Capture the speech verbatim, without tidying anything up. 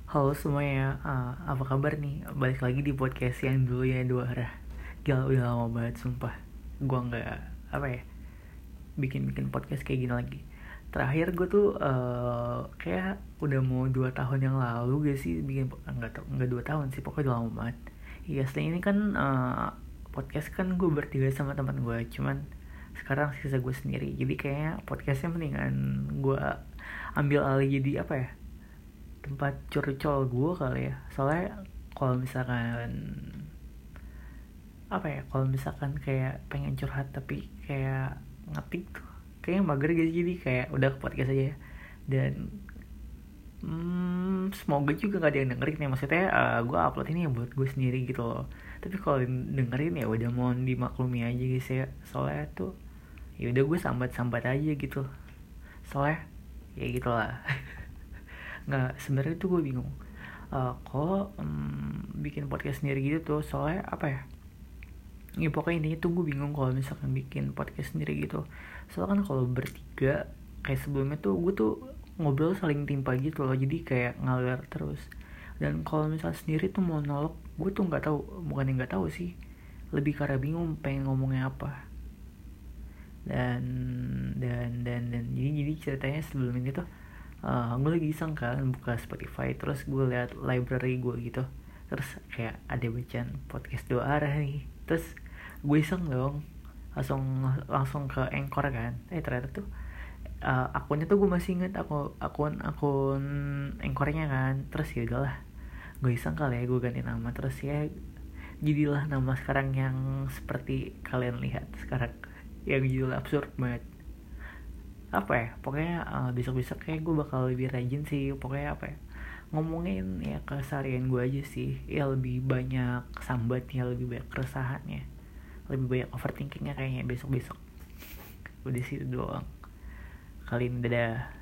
Halo semuanya, uh, apa kabar nih? Balik lagi di podcast yang dulu ya dua arah. Gila, udah lama banget sumpah. Gua nggak apa ya bikin-bikin podcast kayak gini lagi. Terakhir gue tuh uh, kayak udah mau dua tahun yang lalu gak sih bikin nggak tau nggak dua tahun sih, pokoknya udah lama banget. Iya, setelah ini kan uh, podcast kan gue bertiga sama teman gue, cuman sekarang sisa gue sendiri. Jadi kayaknya podcastnya mendingan gue ambil alih jadi apa ya, tempat curcol gue kali ya. Soalnya kalau misalkan apa ya, kalau misalkan kayak pengen curhat tapi kayak ngetik tuh kayaknya mager gitu, jadi kayak udah ke podcast aja ya. Dan hmm, semoga juga gak ada yang dengerin ya, maksudnya uh, gue upload ini ya buat gue sendiri gitu loh. Tapi kalau dengerin ya udah mohon dimaklumi aja guys ya, soalnya tuh ya udah gue sambat-sambat aja gitu, soalnya ya gitulah. Nggak, sebenarnya tuh gue bingung uh, kalau um, bikin podcast sendiri gitu tuh, soalnya apa ya, ya pokoknya ini tuh gue bingung kalau misalkan bikin podcast sendiri gitu. Soalnya kan kalau bertiga kayak sebelumnya tuh gue tuh ngobrol saling timpa gitu loh, jadi kayak ngalir terus. Dan kalau misalnya sendiri tuh monolog, gue tuh nggak tahu, bukan yang nggak tahu sih, lebih karena bingung pengen ngomongnya apa. Dan dan dan dan jadi jadi ceritanya sebelum ini tuh uh, gue lagi iseng kan buka Spotify, terus gue liat library gue gitu, terus kayak ada bacaan podcast dua arah nih, terus gue iseng dong langsung langsung ke Anchor kan. Eh ternyata tuh uh, akunnya tuh gue masih inget, aku akun akun Anchornya kan. Terus ya udahlah, gue iseng kali ya gue ganti nama, terus ya jadilah nama sekarang yang seperti kalian lihat sekarang, yang judul absurd banget. Apa ya, pokoknya uh, besok-besok kayak gue bakal lebih rajin sih, pokoknya apa ya, ngomongin ya keseharian gue aja sih, ya lebih banyak sambatnya, lebih banyak keresahannya, lebih banyak overthinkingnya kayaknya besok-besok. Udah sih doang kali ini, dadah.